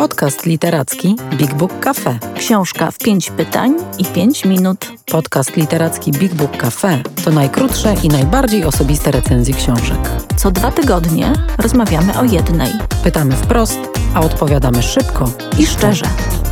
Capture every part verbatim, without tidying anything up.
Podcast literacki Big Book Cafe. Książka w pięć pytań i pięć minut. Podcast literacki Big Book Cafe to najkrótsze i najbardziej osobiste recenzje książek. Co dwa tygodnie rozmawiamy o jednej. Pytamy wprost, a odpowiadamy szybko i szczerze.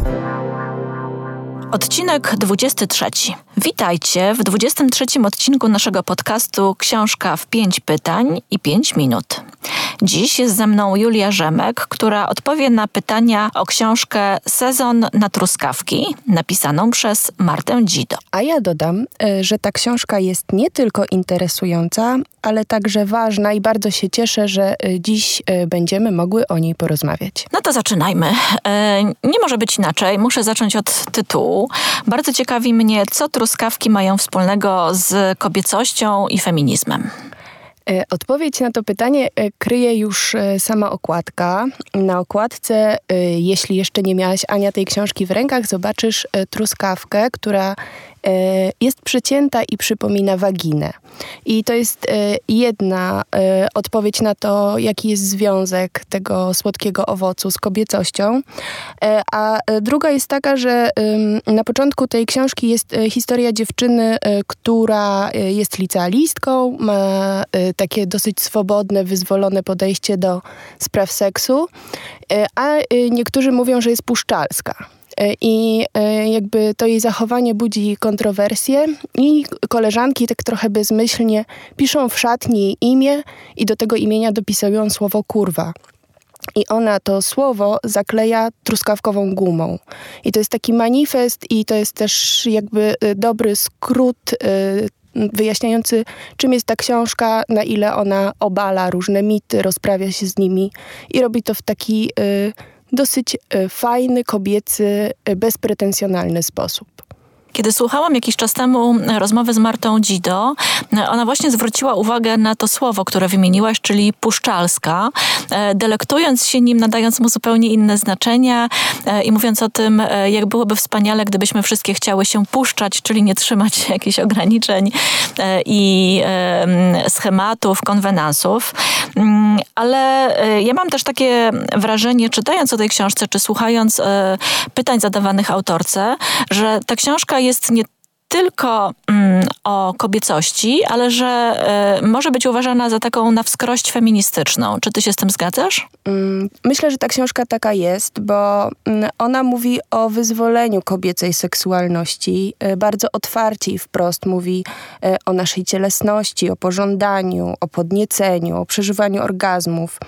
Odcinek dwudziesty trzeci. Witajcie w dwudziestym trzecim odcinku naszego podcastu Książka w pięć pytań i pięć minut. Dziś jest ze mną Julia Rzemek, która odpowie na pytania o książkę Sezon na truskawki, napisaną przez Martę Dzido. A ja dodam, że ta książka jest nie tylko interesująca, ale także ważna i bardzo się cieszę, że dziś będziemy mogły o niej porozmawiać. No to zaczynajmy. Nie może być inaczej. Muszę zacząć od tytułu. Bardzo ciekawi mnie, co truskawki mają wspólnego z kobiecością i feminizmem. Odpowiedź na to pytanie kryje już sama okładka. Na okładce, jeśli jeszcze nie miałaś, Ania, tej książki w rękach, zobaczysz truskawkę, która jest przecięta i przypomina waginę. I to jest jedna odpowiedź na to, jaki jest związek tego słodkiego owocu z kobiecością. A druga jest taka, że na początku tej książki jest historia dziewczyny, która jest licealistką, ma takie dosyć swobodne, wyzwolone podejście do spraw seksu, a niektórzy mówią, że jest puszczalska. I jakby to jej zachowanie budzi kontrowersje i koleżanki tak trochę bezmyślnie piszą w szatni jej imię i do tego imienia dopisują słowo kurwa. I ona to słowo zakleja truskawkową gumą. I to jest taki manifest i to jest też jakby dobry skrót wyjaśniający, czym jest ta książka, na ile ona obala różne mity, rozprawia się z nimi i robi to w taki dosyć fajny, kobiecy, bezpretensjonalny sposób. Kiedy słuchałam jakiś czas temu rozmowy z Martą Dzido, ona właśnie zwróciła uwagę na to słowo, które wymieniłaś, czyli puszczalska, delektując się nim, nadając mu zupełnie inne znaczenia i mówiąc o tym, jak byłoby wspaniale, gdybyśmy wszystkie chciały się puszczać, czyli nie trzymać jakichś ograniczeń i schematów, konwenansów. Ale ja mam też takie wrażenie, czytając o tej książce, czy słuchając pytań zadawanych autorce, że ta książka jest nie tylko mm, o kobiecości, ale że y, może być uważana za taką na wskrość feministyczną. Czy ty się z tym zgadzasz? Myślę, że ta książka taka jest, bo ona mówi o wyzwoleniu kobiecej seksualności. Bardzo otwarcie i wprost mówi o naszej cielesności, o pożądaniu, o podnieceniu, o przeżywaniu orgazmów.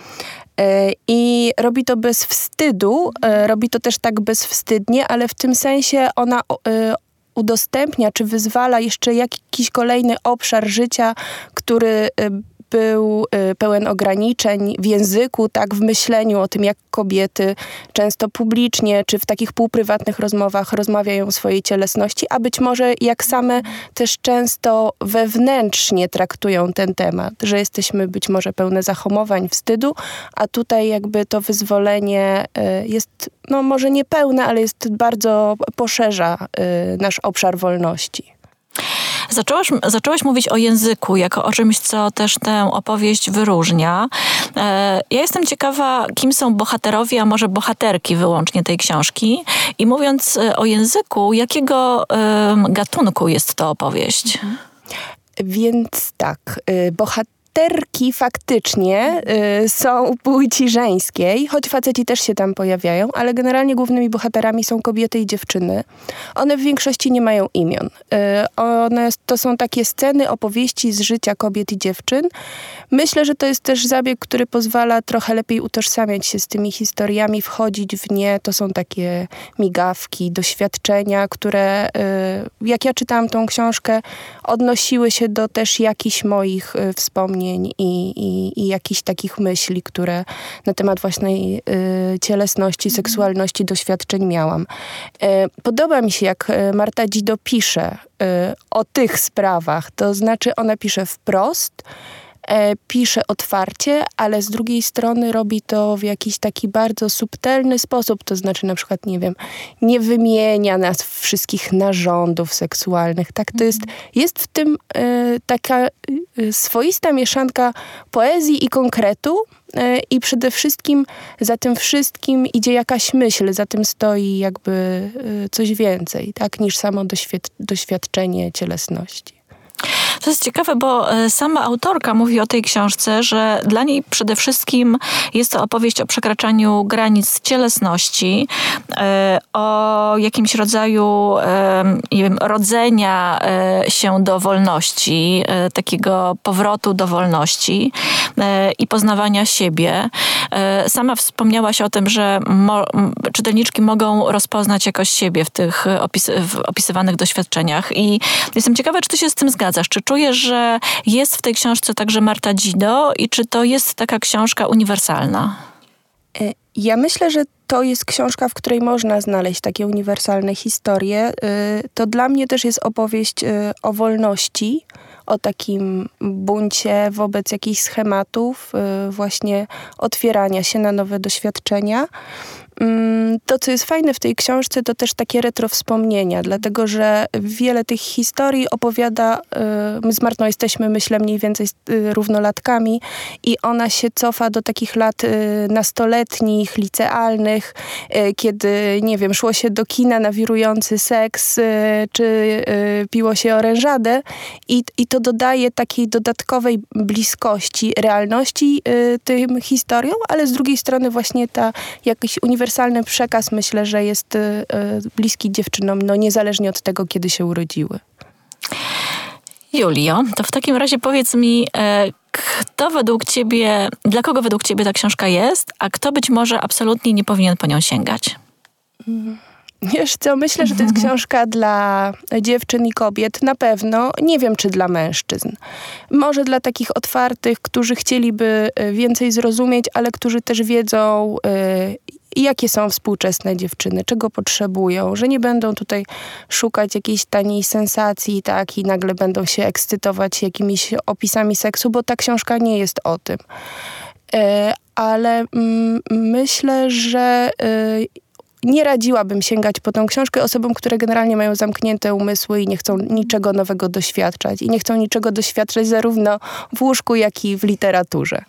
I robi to bez wstydu, robi to też tak bezwstydnie, ale w tym sensie ona udostępnia czy wyzwala jeszcze jakiś kolejny obszar życia, który był pełen ograniczeń w języku, tak, w myśleniu o tym, jak kobiety często publicznie czy w takich półprywatnych rozmowach rozmawiają o swojej cielesności, a być może jak same też często wewnętrznie traktują ten temat, że jesteśmy być może pełne zahamowań, wstydu, a tutaj jakby to wyzwolenie jest, no może nie pełne, ale jest bardzo, poszerza nasz obszar wolności. Zaczęłaś, zaczęłaś mówić o języku jako o czymś, co też tę opowieść wyróżnia. Ja jestem ciekawa, kim są bohaterowie, a może bohaterki wyłącznie tej książki. I mówiąc o języku, jakiego gatunku jest to opowieść? Więc tak, bohaterki Bohaterki faktycznie y, są płci żeńskiej, choć faceci też się tam pojawiają, ale generalnie głównymi bohaterami są kobiety i dziewczyny. One w większości nie mają imion. Y, one, to są takie sceny, opowieści z życia kobiet i dziewczyn. Myślę, że to jest też zabieg, który pozwala trochę lepiej utożsamiać się z tymi historiami, wchodzić w nie. To są takie migawki, doświadczenia, które, y, jak ja czytałam tą książkę, odnosiły się do też jakichś moich y, wspomnień I, i, i jakichś takich myśli, które na temat własnej y, cielesności, seksualności, doświadczeń miałam. Y, podoba mi się, jak Marta Dzido pisze y, o tych sprawach. To znaczy ona pisze wprost, e, pisze otwarcie, ale z drugiej strony robi to w jakiś taki bardzo subtelny sposób, to znaczy na przykład, nie wiem, nie wymienia nas wszystkich narządów seksualnych. Tak, to jest, jest w tym e, taka e, swoista mieszanka poezji i konkretu, i przede wszystkim za tym wszystkim idzie jakaś myśl, za tym stoi jakby coś więcej, tak, niż samo doświad- doświadczenie cielesności. To jest ciekawe, bo sama autorka mówi o tej książce, że dla niej przede wszystkim jest to opowieść o przekraczaniu granic cielesności, o jakimś rodzaju, nie wiem, rodzenia się do wolności, takiego powrotu do wolności i poznawania siebie. Sama wspomniałaś o tym, że mo- czytelniczki mogą rozpoznać jakoś siebie w tych opis- w opisywanych doświadczeniach i jestem ciekawa, czy ty się z tym zgadzasz? Czy czujesz, że jest w tej książce także Marta Dzido i czy to jest taka książka uniwersalna? Ja myślę, że to jest książka, w której można znaleźć takie uniwersalne historie. To dla mnie też jest opowieść o wolności, o takim buncie wobec jakichś schematów, właśnie otwierania się na nowe doświadczenia. To, co jest fajne w tej książce, to też takie retrowspomnienia, dlatego że wiele tych historii opowiada, my z Martą jesteśmy, myślę, mniej więcej równolatkami i ona się cofa do takich lat nastoletnich, licealnych, kiedy, nie wiem, szło się do kina na wirujący seks, czy piło się orężadę i, i to dodaje takiej dodatkowej bliskości, realności tym historiom, ale z drugiej strony właśnie ta jakiś uniwersalny przekaz, myślę, że jest y, y, bliski dziewczynom, no niezależnie od tego, kiedy się urodziły. Julio, to w takim razie powiedz mi, e, kto według ciebie, dla kogo według ciebie ta książka jest, a kto być może absolutnie nie powinien po nią sięgać? Mm. Wiesz co, myślę, że to jest książka dla dziewczyn i kobiet. Na pewno. Nie wiem, czy dla mężczyzn. Może dla takich otwartych, którzy chcieliby więcej zrozumieć, ale którzy też wiedzą, yy, jakie są współczesne dziewczyny, czego potrzebują, że nie będą tutaj szukać jakiejś taniej sensacji, tak, i nagle będą się ekscytować jakimiś opisami seksu, bo ta książka nie jest o tym. Yy, ale mm, myślę, że yy, nie radziłabym sięgać po tą książkę osobom, które generalnie mają zamknięte umysły i nie chcą niczego nowego doświadczać. I nie chcą niczego doświadczać zarówno w łóżku, jak i w literaturze.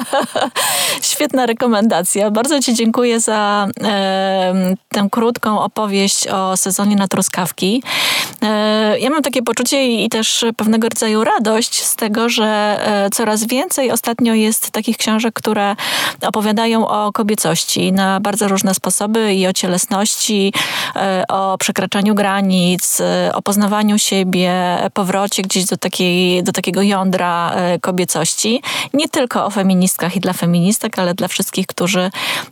Świetna rekomendacja. Bardzo ci dziękuję za e, tę krótką opowieść o sezonie na truskawki. E, ja mam takie poczucie i, i też pewnego rodzaju radość z tego, że e, coraz więcej ostatnio jest takich książek, które opowiadają o kobiecości na bardzo różne sposoby i o cielesności, o przekraczaniu granic, o poznawaniu siebie, powrocie gdzieś do takiej, do takiego jądra kobiecości. Nie tylko o feministkach i dla feministek, ale dla wszystkich, którzy,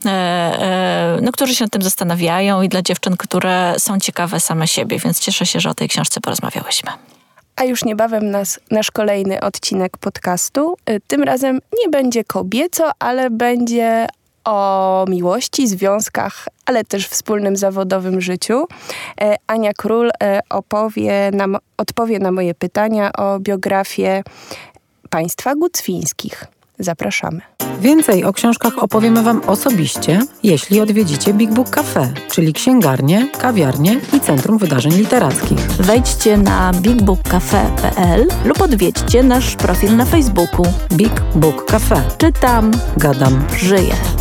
no, którzy się nad tym zastanawiają i dla dziewczyn, które są ciekawe same siebie. Więc cieszę się, że o tej książce porozmawiałyśmy. A już niebawem nas, nasz kolejny odcinek podcastu. Tym razem nie będzie kobieco, ale będzie o miłości, związkach, ale też wspólnym zawodowym życiu. E, Ania Król e, opowie nam, odpowie na moje pytania o biografię państwa Gucwińskich. Zapraszamy. Więcej o książkach opowiemy Wam osobiście, jeśli odwiedzicie Big Book Cafe, czyli księgarnię, kawiarnię i Centrum Wydarzeń Literackich. Wejdźcie na big book cafe kropka p l lub odwiedźcie nasz profil na Facebooku. Big Book Cafe. Czytam, gadam, żyję.